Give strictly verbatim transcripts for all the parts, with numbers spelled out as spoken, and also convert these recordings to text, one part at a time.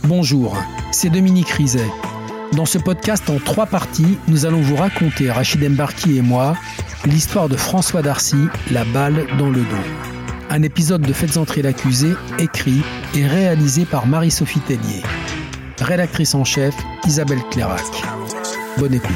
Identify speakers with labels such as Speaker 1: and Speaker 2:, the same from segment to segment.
Speaker 1: Bonjour, c'est Dominique Rizet. Dans ce podcast en trois parties, nous allons vous raconter, Rachid Embarki et moi, l'histoire de François Darcy, la balle dans le dos. Un épisode de Faites entrer l'accusé, écrit et réalisé par Marie-Sophie Tellier. Rédactrice en chef, Isabelle Clairac. Bonne écoute.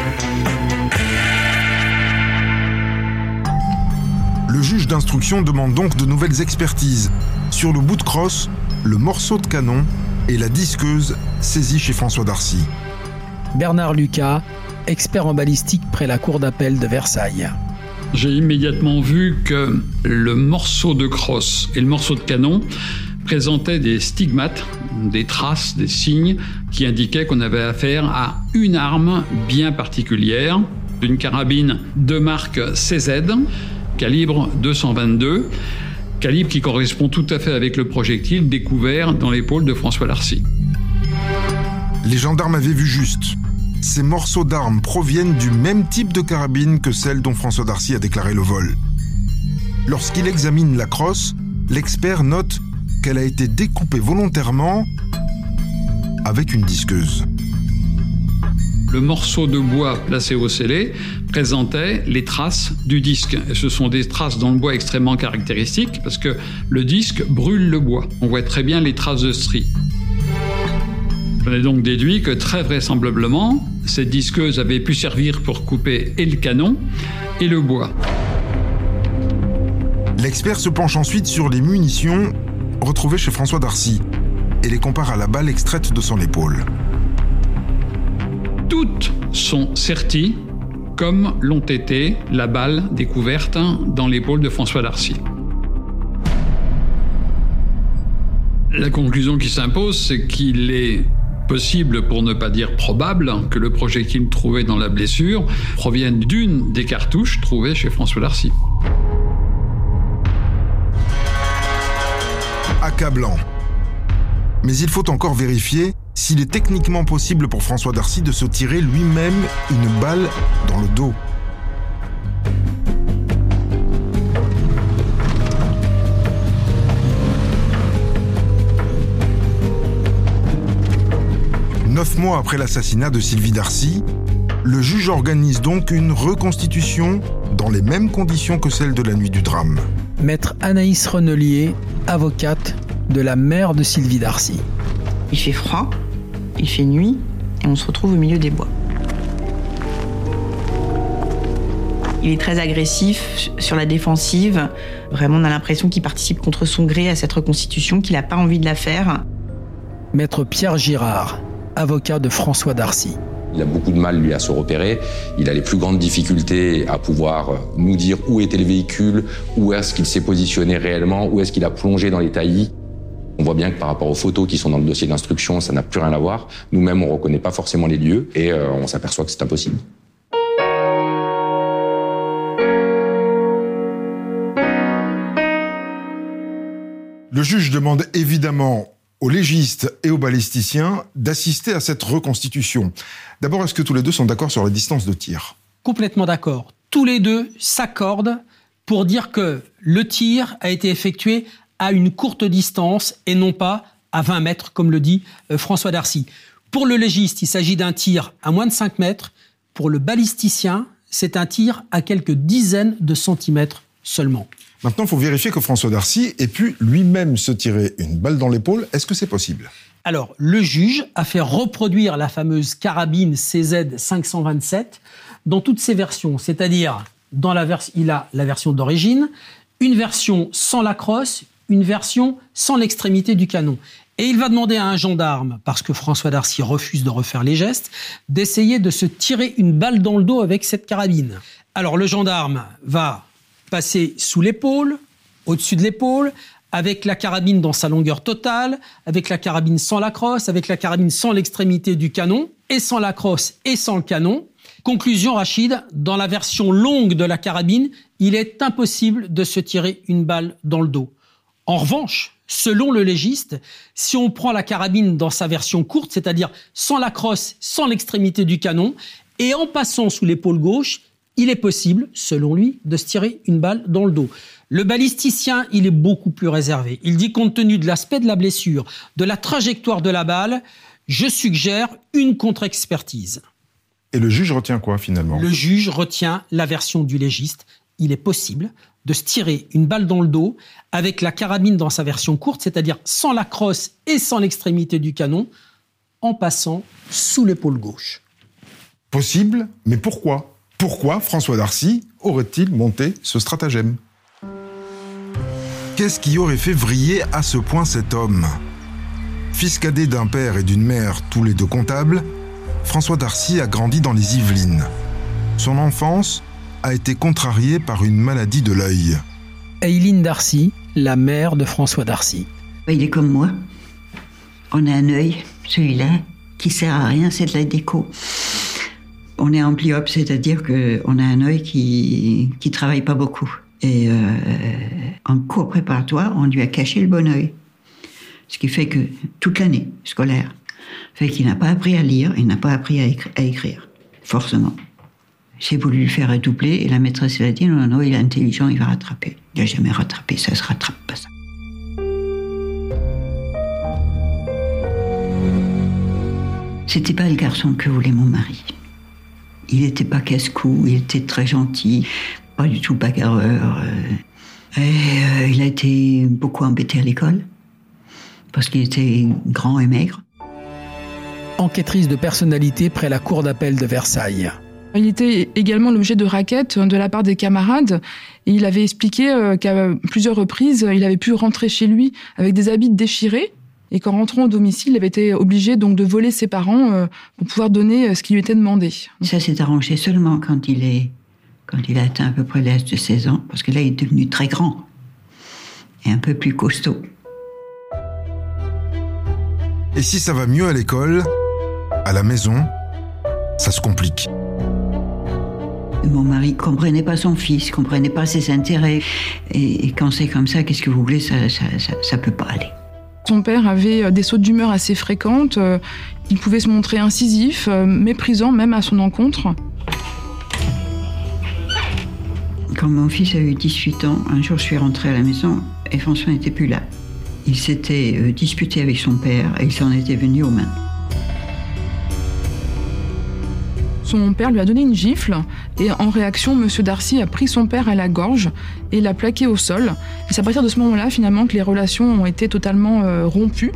Speaker 2: Le juge d'instruction demande donc de nouvelles expertises sur le bout de crosse, le morceau de canon et la disqueuse saisie chez François Darcy.
Speaker 1: Bernard Lucas, expert en balistique près la cour d'appel de Versailles.
Speaker 3: J'ai immédiatement vu que le morceau de crosse et le morceau de canon présentaient des stigmates, des traces, des signes qui indiquaient qu'on avait affaire à une arme bien particulière, une carabine de marque C Z, calibre deux cent vingt-deux, calibre qui correspond tout à fait avec le projectile découvert dans l'épaule de François Darcy.
Speaker 2: Les gendarmes avaient vu juste. Ces morceaux d'armes proviennent du même type de carabine que celle dont François Darcy a déclaré le vol. Lorsqu'il examine la crosse, l'expert note qu'elle a été découpée volontairement avec une disqueuse.
Speaker 3: Le morceau de bois placé au scellé présentait les traces du disque. Et ce sont des traces dans le bois extrêmement caractéristiques parce que le disque brûle le bois. On voit très bien les traces de stries. J'en ai donc déduit que très vraisemblablement, cette disqueuse avait pu servir pour couper et le canon et le bois.
Speaker 2: L'expert se penche ensuite sur les munitions retrouvées chez François Darcy et les compare à la balle extraite de son épaule.
Speaker 3: Toutes sont serties comme l'ont été la balle découverte dans l'épaule de François Darcy. La conclusion qui s'impose, c'est qu'il est possible, pour ne pas dire probable, que le projectile trouvé dans la blessure provienne d'une des cartouches trouvées chez François Darcy.
Speaker 2: Accablant. Mais il faut encore vérifier s'il est techniquement possible pour François Darcy de se tirer lui-même une balle dans le dos. Neuf mois après l'assassinat de Sylvie Darcy, le juge organise donc une reconstitution dans les mêmes conditions que celle de la nuit du drame.
Speaker 1: Maître Anaïs Renelier, avocate de la mère de Sylvie Darcy.
Speaker 4: Il fait froid, il fait nuit, et on se retrouve au milieu des bois. Il est très agressif, sur la défensive. Vraiment, on a l'impression qu'il participe contre son gré à cette reconstitution, qu'il n'a pas envie de la faire.
Speaker 1: Maître Pierre Girard, avocat de François Darcy.
Speaker 5: Il a beaucoup de mal, lui, à se repérer. Il a les plus grandes difficultés à pouvoir nous dire où était le véhicule, où est-ce qu'il s'est positionné réellement, où est-ce qu'il a plongé dans les taillis. On voit bien que par rapport aux photos qui sont dans le dossier d'instruction, ça n'a plus rien à voir. Nous-mêmes, on ne reconnaît pas forcément les lieux et euh, on s'aperçoit que c'est impossible.
Speaker 2: Le juge demande évidemment aux légistes et aux balisticiens d'assister à cette reconstitution. D'abord, est-ce que tous les deux sont d'accord sur la distance de tir ?
Speaker 1: Complètement d'accord. Tous les deux s'accordent pour dire que le tir a été effectué à une courte distance et non pas à vingt mètres, comme le dit euh, François Darcy. Pour le légiste, il s'agit d'un tir à moins de cinq mètres. Pour le balisticien, c'est un tir à quelques dizaines de centimètres seulement.
Speaker 2: Maintenant, il faut vérifier que François Darcy ait pu lui-même se tirer une balle dans l'épaule. Est-ce que c'est possible ?
Speaker 1: Alors, le juge a fait reproduire la fameuse carabine C Z cinq cent vingt-sept dans toutes ses versions. C'est-à-dire, dans la vers- il a la version d'origine, une version sans la crosse, une version sans l'extrémité du canon. Et il va demander à un gendarme, parce que François Darcy refuse de refaire les gestes, d'essayer de se tirer une balle dans le dos avec cette carabine. Alors, le gendarme va passer sous l'épaule, au-dessus de l'épaule, avec la carabine dans sa longueur totale, avec la carabine sans la crosse, avec la carabine sans l'extrémité du canon, et sans la crosse et sans le canon. Conclusion, Rachid, dans la version longue de la carabine, il est impossible de se tirer une balle dans le dos. En revanche, selon le légiste, si on prend la carabine dans sa version courte, c'est-à-dire sans la crosse, sans l'extrémité du canon, et en passant sous l'épaule gauche, il est possible, selon lui, de se tirer une balle dans le dos. Le balisticien, il est beaucoup plus réservé. Il dit, compte tenu de l'aspect de la blessure, de la trajectoire de la balle, je suggère une contre-expertise.
Speaker 2: Et le juge retient quoi, finalement ?
Speaker 1: Le juge retient la version du légiste. Il est possible de se tirer une balle dans le dos avec la carabine dans sa version courte, c'est-à-dire sans la crosse et sans l'extrémité du canon, en passant sous l'épaule gauche.
Speaker 2: Possible, mais pourquoi ? Pourquoi François Darcy aurait-il monté ce stratagème ? Qu'est-ce qui aurait fait vriller à ce point cet homme ? Fils cadet d'un père et d'une mère, tous les deux comptables, François Darcy a grandi dans les Yvelines. Son enfance a été contrariée par une maladie de l'œil.
Speaker 1: Aileen Darcy, la mère de François Darcy.
Speaker 6: Il est comme moi. On a un œil, celui-là, qui sert à rien, c'est de la déco. On est amblyope, c'est-à-dire qu'on a un œil qui qui travaille pas beaucoup. Et euh, en cours préparatoire, on lui a caché le bon œil. Ce qui fait que toute l'année scolaire, fait qu'il n'a pas appris à lire, il n'a pas appris à, écri- à écrire, forcément. J'ai voulu lui faire redoubler et la maîtresse elle a dit non, non, non, il est intelligent, il va rattraper. Il n'a jamais rattrapé, ça se rattrape pas ça. C'était pas le garçon que voulait mon mari. Il était pas casse-cou, il était très gentil, pas du tout bagarreur. Et euh, il a été beaucoup embêté à l'école, parce qu'il était grand et maigre.
Speaker 1: Enquêtrice de personnalité près la cour d'appel de Versailles.
Speaker 7: Il était également l'objet de raquettes de la part des camarades. Et il avait expliqué qu'à plusieurs reprises, il avait pu rentrer chez lui avec des habits déchirés. Et qu'en rentrant au domicile, il avait été obligé donc de voler ses parents pour pouvoir donner ce qui lui était demandé.
Speaker 6: Ça s'est arrangé seulement quand il, est, quand il a atteint à peu près l'âge de seize ans, parce que là, il est devenu très grand et un peu plus costaud.
Speaker 2: Et si ça va mieux à l'école, à la maison, ça se complique.
Speaker 6: Mon mari comprenait pas son fils, comprenait pas ses intérêts. Et, et quand c'est comme ça, qu'est-ce que vous voulez, ça, ça, ça, ça peut pas aller.
Speaker 7: Son père avait des sautes d'humeur assez fréquentes. Il pouvait se montrer incisif, méprisant même à son encontre.
Speaker 6: Quand mon fils a eu dix-huit ans, un jour je suis rentrée à la maison et François n'était plus là. Il s'était disputé avec son père et il s'en était venu aux mains.
Speaker 7: Son père lui a donné une gifle et en réaction, Monsieur Darcy a pris son père à la gorge et l'a plaqué au sol. Et c'est à partir de ce moment-là, finalement, que les relations ont été totalement euh, rompues.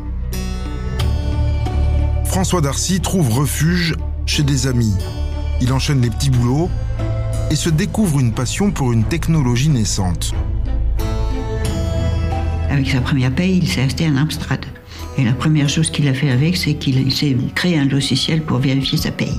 Speaker 2: François Darcy trouve refuge chez des amis. Il enchaîne les petits boulots et se découvre une passion pour une technologie naissante.
Speaker 6: Avec sa première paye, il s'est acheté un Amstrad. Et la première chose qu'il a fait avec, c'est qu'il s'est créé un logiciel pour vérifier sa paye.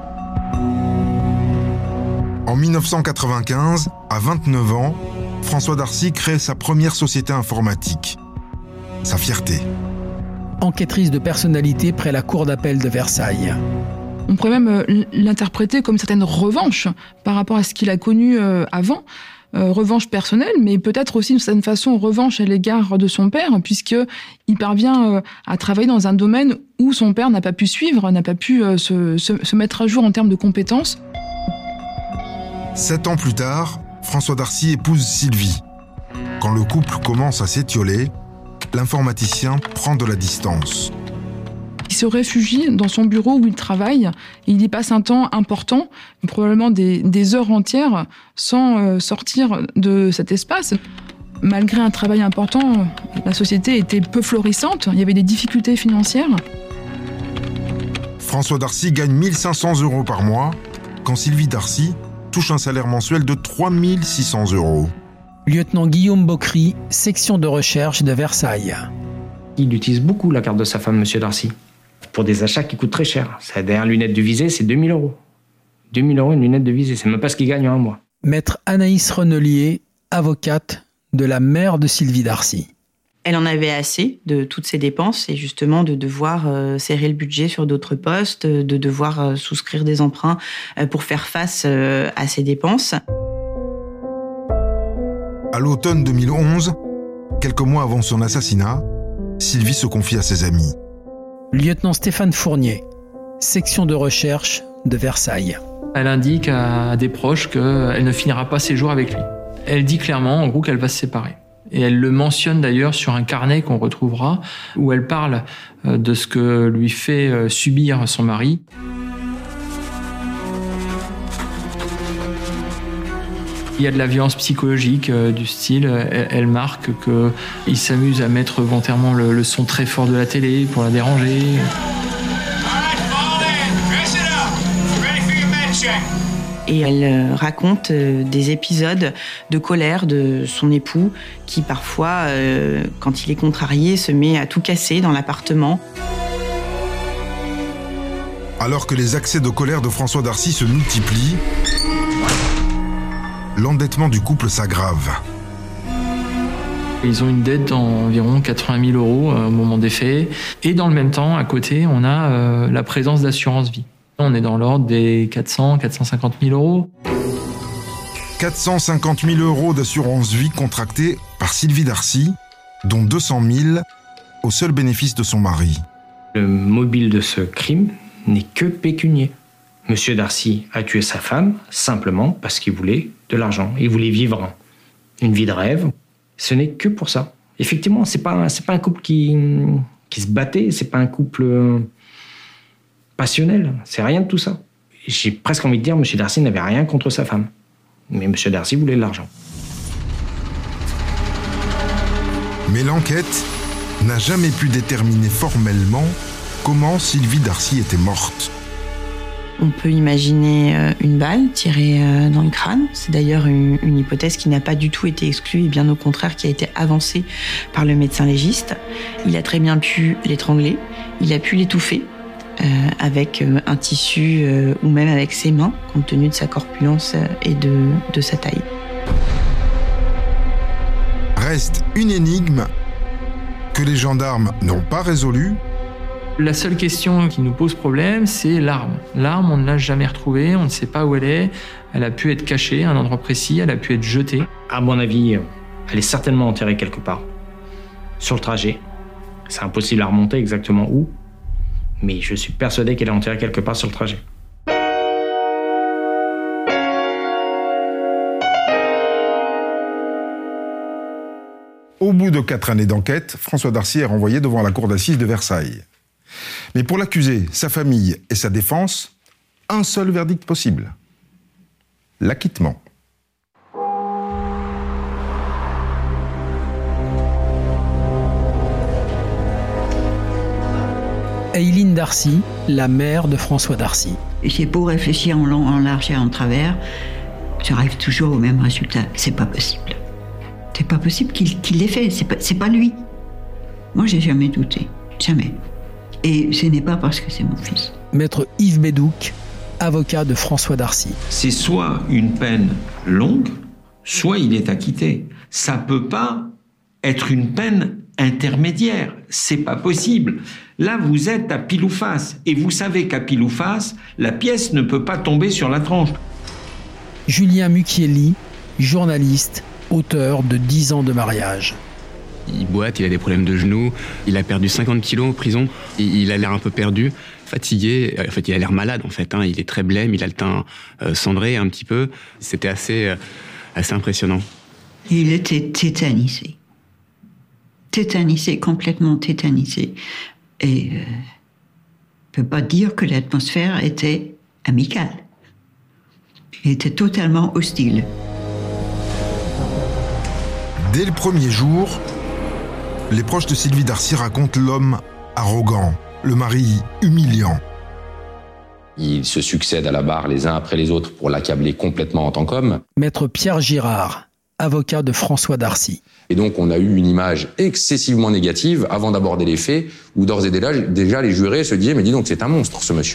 Speaker 2: En dix-neuf cent quatre-vingt-quinze, à vingt-neuf ans, François Darcy crée sa première société informatique. Sa fierté.
Speaker 1: Enquêtrice de personnalité près la cour d'appel de Versailles.
Speaker 7: On pourrait même l'interpréter comme une certaine revanche par rapport à ce qu'il a connu avant. Euh, revanche personnelle, mais peut-être aussi d'une certaine façon revanche à l'égard de son père, puisqu'il parvient euh, à travailler dans un domaine où son père n'a pas pu suivre, n'a pas pu euh, se, se, se mettre à jour en termes de compétences.
Speaker 2: Sept ans plus tard, François Darcy épouse Sylvie. Quand le couple commence à s'étioler, l'informaticien prend de la distance.
Speaker 7: Il se réfugie dans son bureau où il travaille et il y passe un temps important, probablement des, des heures entières, sans euh, sortir de cet espace. Malgré un travail important, la société était peu florissante, il y avait des difficultés financières.
Speaker 2: François Darcy gagne mille cinq cents euros par mois, quand Sylvie Darcy touche un salaire mensuel de trois mille six cents euros.
Speaker 1: Lieutenant Guillaume Bocry, section de recherche de Versailles.
Speaker 8: Il utilise beaucoup la carte de sa femme, Monsieur Darcy, pour des achats qui coûtent très cher. Sa dernière lunette de visée, c'est deux mille euros. deux mille euros une lunette de visée, c'est même pas ce qu'il gagne en un mois.
Speaker 1: Maître Anaïs Renelier, avocate de la mère de Sylvie Darcy.
Speaker 4: Elle en avait assez de toutes ces dépenses et justement de devoir euh, serrer le budget sur d'autres postes, de devoir euh, souscrire des emprunts euh, pour faire face euh, à ces dépenses.
Speaker 2: À l'automne deux mille onze, quelques mois avant son assassinat, Sylvie se confie à ses amis.
Speaker 1: Lieutenant Stéphane Fournier, section de recherche de Versailles.
Speaker 9: Elle indique à des proches qu'elle ne finira pas ses jours avec lui. Elle dit clairement, en gros, qu'elle va se séparer. Et elle le mentionne d'ailleurs sur un carnet qu'on retrouvera, où elle parle de ce que lui fait subir son mari. Il y a de la violence psychologique euh, du style, elle, elle marque qu'il s'amuse à mettre volontairement le, le son très fort de la télé pour la déranger.
Speaker 4: Et elle raconte des épisodes de colère de son époux qui parfois, euh, quand il est contrarié, se met à tout casser dans l'appartement.
Speaker 2: Alors que les accès de colère de François Darcy se multiplient, l'endettement du couple s'aggrave.
Speaker 9: Ils ont une dette d'environ quatre-vingt mille euros au moment des faits. Et dans le même temps, à côté, on a euh, la présence d'assurance vie. On est dans l'ordre des quatre cents à quatre cent cinquante mille euros.
Speaker 2: quatre cent cinquante mille euros d'assurance vie contractée par Sylvie Darcy, dont deux cent mille au seul bénéfice de son mari.
Speaker 8: Le mobile de ce crime n'est que pécunier. Monsieur Darcy a tué sa femme simplement parce qu'il voulait de l'argent. Il voulait vivre une vie de rêve. Ce n'est que pour ça. Effectivement, c'est pas c'est pas un couple qui qui se battait. C'est pas un couple passionnel. C'est rien de tout ça. J'ai presque envie de dire, Monsieur Darcy n'avait rien contre sa femme, mais Monsieur Darcy voulait de l'argent.
Speaker 2: Mais l'enquête n'a jamais pu déterminer formellement comment Sylvie Darcy était morte.
Speaker 4: On peut imaginer une balle tirée dans le crâne. C'est d'ailleurs une, une hypothèse qui n'a pas du tout été exclue et bien au contraire qui a été avancée par le médecin légiste. Il a très bien pu l'étrangler, il a pu l'étouffer euh, avec un tissu euh, ou même avec ses mains, compte tenu de sa corpulence et de, de sa taille.
Speaker 2: Reste une énigme que les gendarmes n'ont pas résolue.
Speaker 9: La seule question qui nous pose problème, c'est l'arme. L'arme, on ne l'a jamais retrouvée, on ne sait pas où elle est. Elle a pu être cachée à un endroit précis, elle a pu être jetée.
Speaker 8: À mon avis, elle est certainement enterrée quelque part, sur le trajet. C'est impossible à remonter exactement où, mais je suis persuadé qu'elle est enterrée quelque part sur le trajet.
Speaker 2: Au bout de quatre années d'enquête, François Darcy est renvoyé devant la cour d'assises de Versailles. Mais pour l'accusé, sa famille et sa défense, un seul verdict possible. L'acquittement.
Speaker 1: Aileen Darcy, la mère de François Darcy.
Speaker 6: J'ai beau réfléchir en long, en large et en travers, j'arrive toujours au même résultat. C'est pas possible. C'est pas possible qu'il, qu'il l'ait fait. C'est pas, c'est pas lui. Moi, j'ai jamais douté. Jamais. Et ce n'est pas parce que c'est mon fils.
Speaker 1: Maître Yves Bédouc, avocat de François Darcy.
Speaker 10: C'est soit une peine longue, soit il est acquitté. Ça peut pas être une peine intermédiaire. C'est pas possible. Là, vous êtes à pile ou face. Et vous savez qu'à pile ou face, la pièce ne peut pas tomber sur la tranche.
Speaker 1: Julien Mucchielli, journaliste, auteur de dix ans de mariage.
Speaker 11: Il boite, il a des problèmes de genoux, il a perdu cinquante kilos en prison, il a l'air un peu perdu, fatigué, en fait il a l'air malade en fait, hein. Il est très blême, il a le teint euh, cendré un petit peu, c'était assez, euh, assez impressionnant.
Speaker 6: Il était tétanisé, tétanisé, complètement tétanisé. Et euh, on ne peut pas dire que l'atmosphère était amicale. Il était totalement hostile.
Speaker 2: Dès le premier jour, les proches de Sylvie Darcy racontent l'homme arrogant, le mari humiliant.
Speaker 5: Ils se succèdent à la barre les uns après les autres pour l'accabler complètement en tant qu'homme.
Speaker 1: Maître Pierre Girard, avocat de François Darcy.
Speaker 5: Et donc on a eu une image excessivement négative avant d'aborder les faits, où d'ores et déjà, déjà les jurés se disaient « mais dis donc, c'est un monstre ce monsieur ».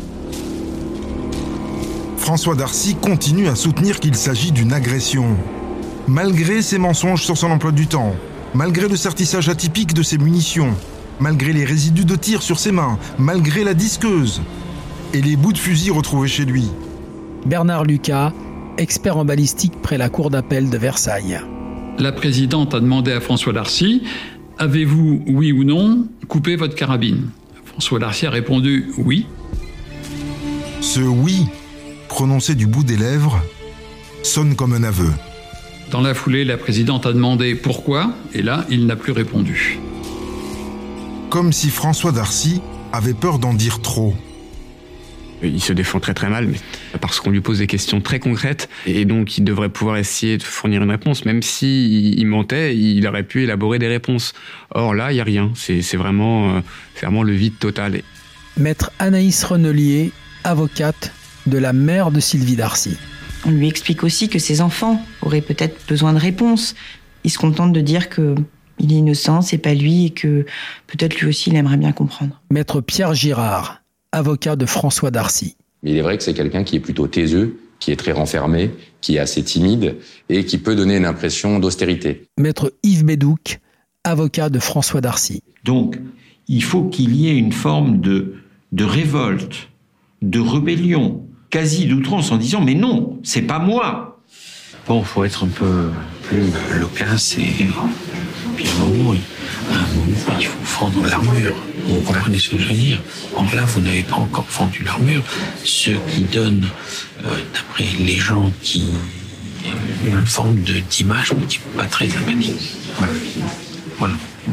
Speaker 2: François Darcy continue à soutenir qu'il s'agit d'une agression, malgré ses mensonges sur son emploi du temps, malgré le sertissage atypique de ses munitions, malgré les résidus de tir sur ses mains, malgré la disqueuse et les bouts de fusil retrouvés chez lui.
Speaker 1: Bernard Lucas, expert en balistique près la cour d'appel de Versailles.
Speaker 3: La présidente a demandé à François Darcy « Avez-vous, oui ou non, coupé votre carabine ?» François Darcy a répondu « Oui ».
Speaker 2: Ce « oui » prononcé du bout des lèvres, sonne comme un aveu.
Speaker 3: Dans la foulée, la présidente a demandé pourquoi, et là, il n'a plus répondu.
Speaker 2: Comme si François Darcy avait peur d'en dire trop.
Speaker 11: Il se défend très très mal, mais parce qu'on lui pose des questions très concrètes, et donc il devrait pouvoir essayer de fournir une réponse. Même s'il mentait, il aurait pu élaborer des réponses. Or là, il n'y a rien. C'est, c'est, vraiment, c'est vraiment le vide total.
Speaker 1: Maître Anaïs Renelier, avocate de la mère de Sylvie Darcy.
Speaker 4: On lui explique aussi que ses enfants auraient peut-être besoin de réponses. Il se contente de dire que il est innocent, c'est pas lui, et que peut-être lui aussi il aimerait bien comprendre.
Speaker 1: Maître Pierre Girard, avocat de François Darcy.
Speaker 5: Mais il est vrai que c'est quelqu'un qui est plutôt taiseux, qui est très renfermé, qui est assez timide et qui peut donner une impression d'austérité.
Speaker 1: Maître Yves Bédouc, avocat de François Darcy.
Speaker 10: Donc, il faut qu'il y ait une forme de, de révolte, de rébellion, quasi d'outrance, en disant « mais non, c'est pas moi ».
Speaker 12: Bon, faut être un peu plus loquace et puis à un moment, à un moment, il faut fendre l'armure. Vous comprenez ce que je veux dire? Or là, vous n'avez pas encore fendu l'armure, ce qui donne, euh, d'après les gens qui une forme de, d'image, mais qui n'est pas très sympathique. Voilà. Voilà.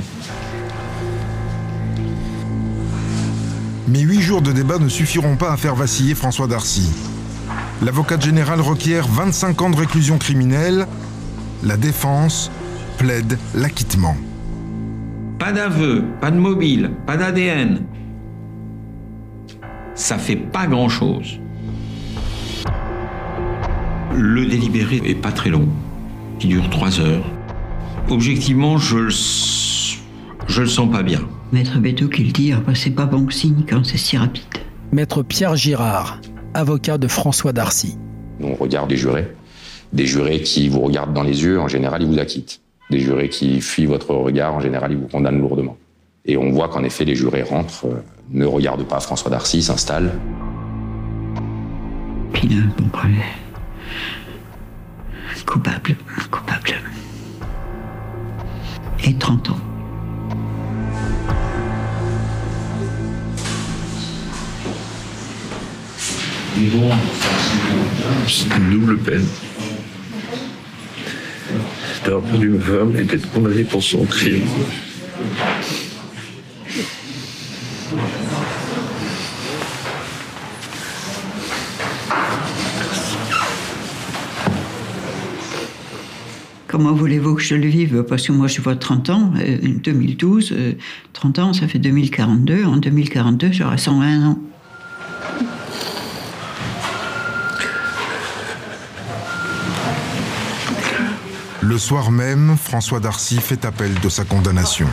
Speaker 2: Mais huit jours de débat ne suffiront pas à faire vaciller François Darcy. L'avocate générale requiert vingt-cinq ans de réclusion criminelle. La défense plaide l'acquittement.
Speaker 10: Pas d'aveu, pas de mobile, pas d'A D N. Ça fait pas grand-chose. Le délibéré est pas très long, qui dure trois heures. Objectivement, je le, je le sens pas bien.
Speaker 6: Maître Bédouc, il dit, bah, c'est pas bon signe quand c'est si rapide.
Speaker 1: Maître Pierre Girard, avocat de François Darcy.
Speaker 5: On regarde des jurés. Des jurés qui vous regardent dans les yeux, en général, ils vous acquittent. Des jurés qui fuient votre regard, en général, ils vous condamnent lourdement. Et on voit qu'en effet, les jurés rentrent, euh, ne regardent pas François Darcy, s'installent.
Speaker 6: Puis là, bon, problème. Coupable, coupable. Et trente ans.
Speaker 12: Bon, c'est une double peine. D'avoir perdu ma femme et d'être condamné pour son crime.
Speaker 6: Comment voulez-vous que je le vive? Parce que moi, je vois trente ans, euh, deux mille douze, euh, trente ans, ça fait deux mille quarante-deux. En deux mille quarante-deux, j'aurai cent vingt ans.
Speaker 2: Le soir même, François Darcy fait appel de sa condamnation.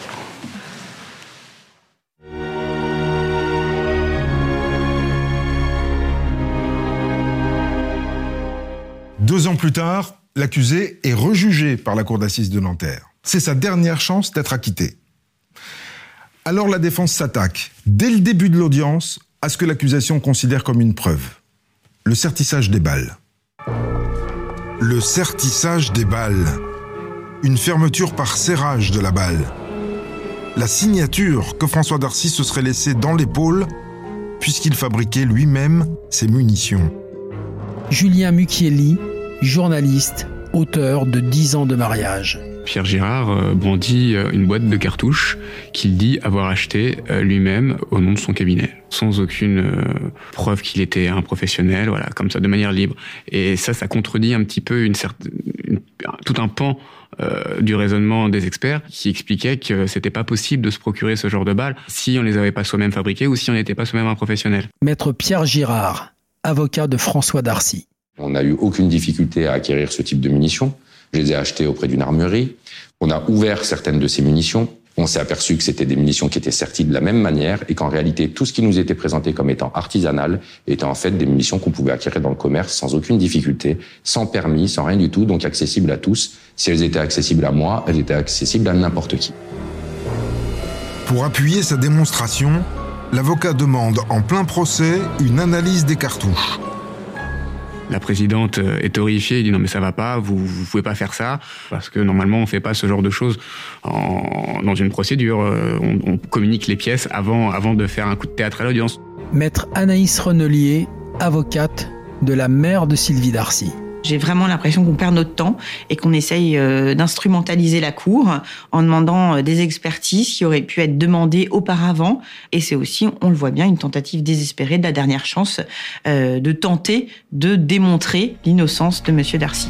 Speaker 2: Deux ans plus tard, l'accusé est rejugé par la cour d'assises de Nanterre. C'est sa dernière chance d'être acquitté. Alors la défense s'attaque, dès le début de l'audience, à ce que l'accusation considère comme une preuve. Le sertissage des balles. Le sertissage des balles. Une fermeture par serrage de la balle. La signature que François Darcy se serait laissée dans l'épaule, puisqu'il fabriquait lui-même ses munitions.
Speaker 1: Julien Mucchielli, journaliste, auteur de dix ans de mariage.
Speaker 11: Pierre Girard brandit une boîte de cartouches qu'il dit avoir acheté lui-même au nom de son cabinet, sans aucune preuve qu'il était un professionnel, voilà, comme ça, de manière libre. Et ça, ça contredit un petit peu une certaine, une, tout un pan euh, du raisonnement des experts qui expliquait que c'était pas possible de se procurer ce genre de balles si on les avait pas soi-même fabriquées ou si on n'était pas soi-même un professionnel.
Speaker 1: Maître Pierre Girard, avocat de François Darcy.
Speaker 5: On n'a eu aucune difficulté à acquérir ce type de munitions. Je les ai achetées auprès d'une armurerie. On a ouvert certaines de ces munitions. On s'est aperçu que c'était des munitions qui étaient serties de la même manière et qu'en réalité, tout ce qui nous était présenté comme étant artisanal était en fait des munitions qu'on pouvait acquérir dans le commerce sans aucune difficulté, sans permis, sans rien du tout, donc accessibles à tous. Si elles étaient accessibles à moi, elles étaient accessibles à n'importe qui.
Speaker 2: Pour appuyer sa démonstration, l'avocat demande en plein procès une analyse des cartouches.
Speaker 11: La présidente est horrifiée, elle dit non mais ça va pas, vous vous pouvez pas faire ça, parce que normalement on fait pas ce genre de choses en, dans une procédure, on, on communique les pièces avant, avant de faire un coup de théâtre à l'audience.
Speaker 1: Maître Anaïs Renelier, avocate de la mère de Sylvie Darcy.
Speaker 4: J'ai vraiment l'impression qu'on perd notre temps et qu'on essaye euh, d'instrumentaliser la cour en demandant euh, des expertises qui auraient pu être demandées auparavant. Et c'est aussi, on le voit bien, une tentative désespérée de la dernière chance euh, de tenter de démontrer l'innocence de Monsieur Darcy.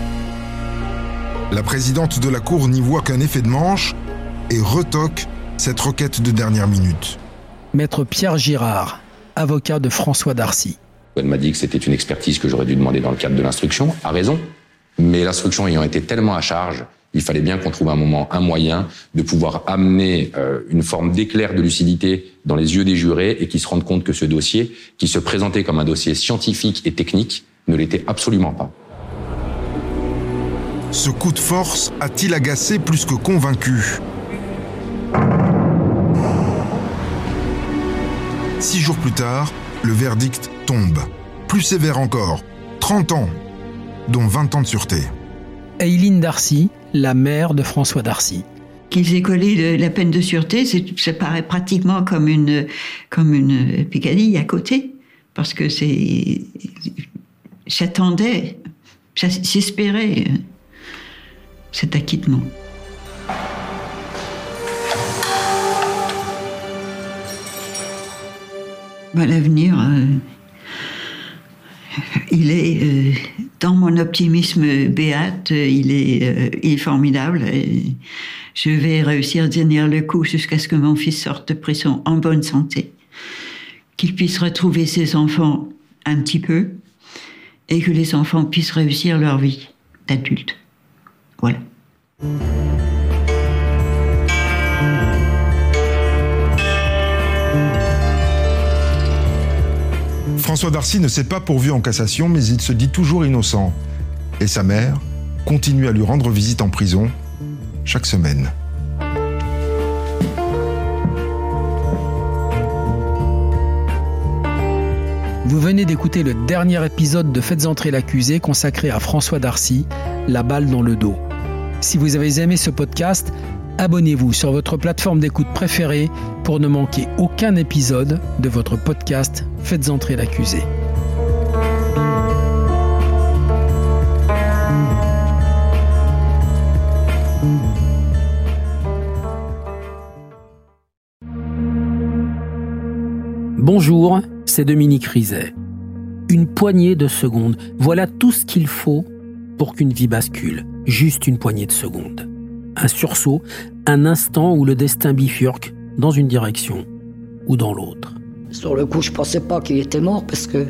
Speaker 2: La présidente de la cour n'y voit qu'un effet de manche et retoque cette requête de dernière minute.
Speaker 1: Maître Pierre Girard, avocat de François Darcy.
Speaker 5: Elle m'a dit que c'était une expertise que j'aurais dû demander dans le cadre de l'instruction, a raison. Mais l'instruction ayant été tellement à charge, il fallait bien qu'on trouve un moment, un moyen de pouvoir amener euh, une forme d'éclair de lucidité dans les yeux des jurés et qu'ils se rendent compte que ce dossier, qui se présentait comme un dossier scientifique et technique, ne l'était absolument pas.
Speaker 2: Ce coup de force a-t-il agacé plus que convaincu ? Six jours plus tard, le verdict tombe. Plus sévère encore, trente ans, dont vingt ans de sûreté.
Speaker 1: Aileen Darcy, la mère de François Darcy.
Speaker 6: Qu'ils aient collé la peine de sûreté, c'est, ça paraît pratiquement comme une, comme une pécadille à côté. Parce que c'est... J'attendais, j'espérais cet acquittement. Ben, l'avenir, euh, il est, euh, dans mon optimisme béate, il est, euh, il est formidable. Et je vais réussir à tenir le coup jusqu'à ce que mon fils sorte de prison en bonne santé, qu'il puisse retrouver ses enfants un petit peu, et que les enfants puissent réussir leur vie d'adulte. Voilà.
Speaker 2: François Darcy ne s'est pas pourvu en cassation, mais il se dit toujours innocent. Et sa mère continue à lui rendre visite en prison chaque semaine.
Speaker 1: Vous venez d'écouter le dernier épisode de Faites entrer l'accusé consacré à François Darcy, La balle dans le dos. Si vous avez aimé ce podcast, abonnez-vous sur votre plateforme d'écoute préférée pour ne manquer aucun épisode de votre podcast Faites entrer l'accusé. Bonjour, c'est Dominique Rizet. Une poignée de secondes, voilà tout ce qu'il faut pour qu'une vie bascule. Juste une poignée de secondes. Un sursaut, un instant où le destin bifurque dans une direction ou dans l'autre.
Speaker 13: Sur le coup, je pensais pas qu'il était mort parce que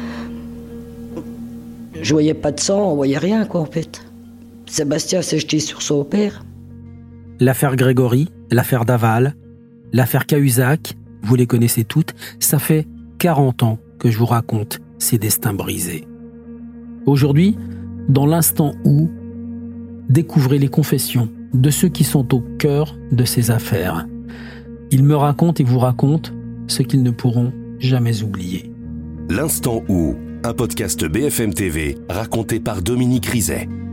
Speaker 13: je voyais pas de sang, on voyait rien quoi en fait. Sébastien s'est jeté sur son père.
Speaker 1: L'affaire Grégory, l'affaire Daval, l'affaire Cahuzac, vous les connaissez toutes, ça fait quarante ans que je vous raconte ces destins brisés. Aujourd'hui, dans l'instant où, découvrez les confessions de ceux qui sont au cœur de ces affaires. Ils me racontent et vous racontent ce qu'ils ne pourront jamais oublier.
Speaker 14: L'instant où, un podcast B F M T V raconté par Dominique Rizet.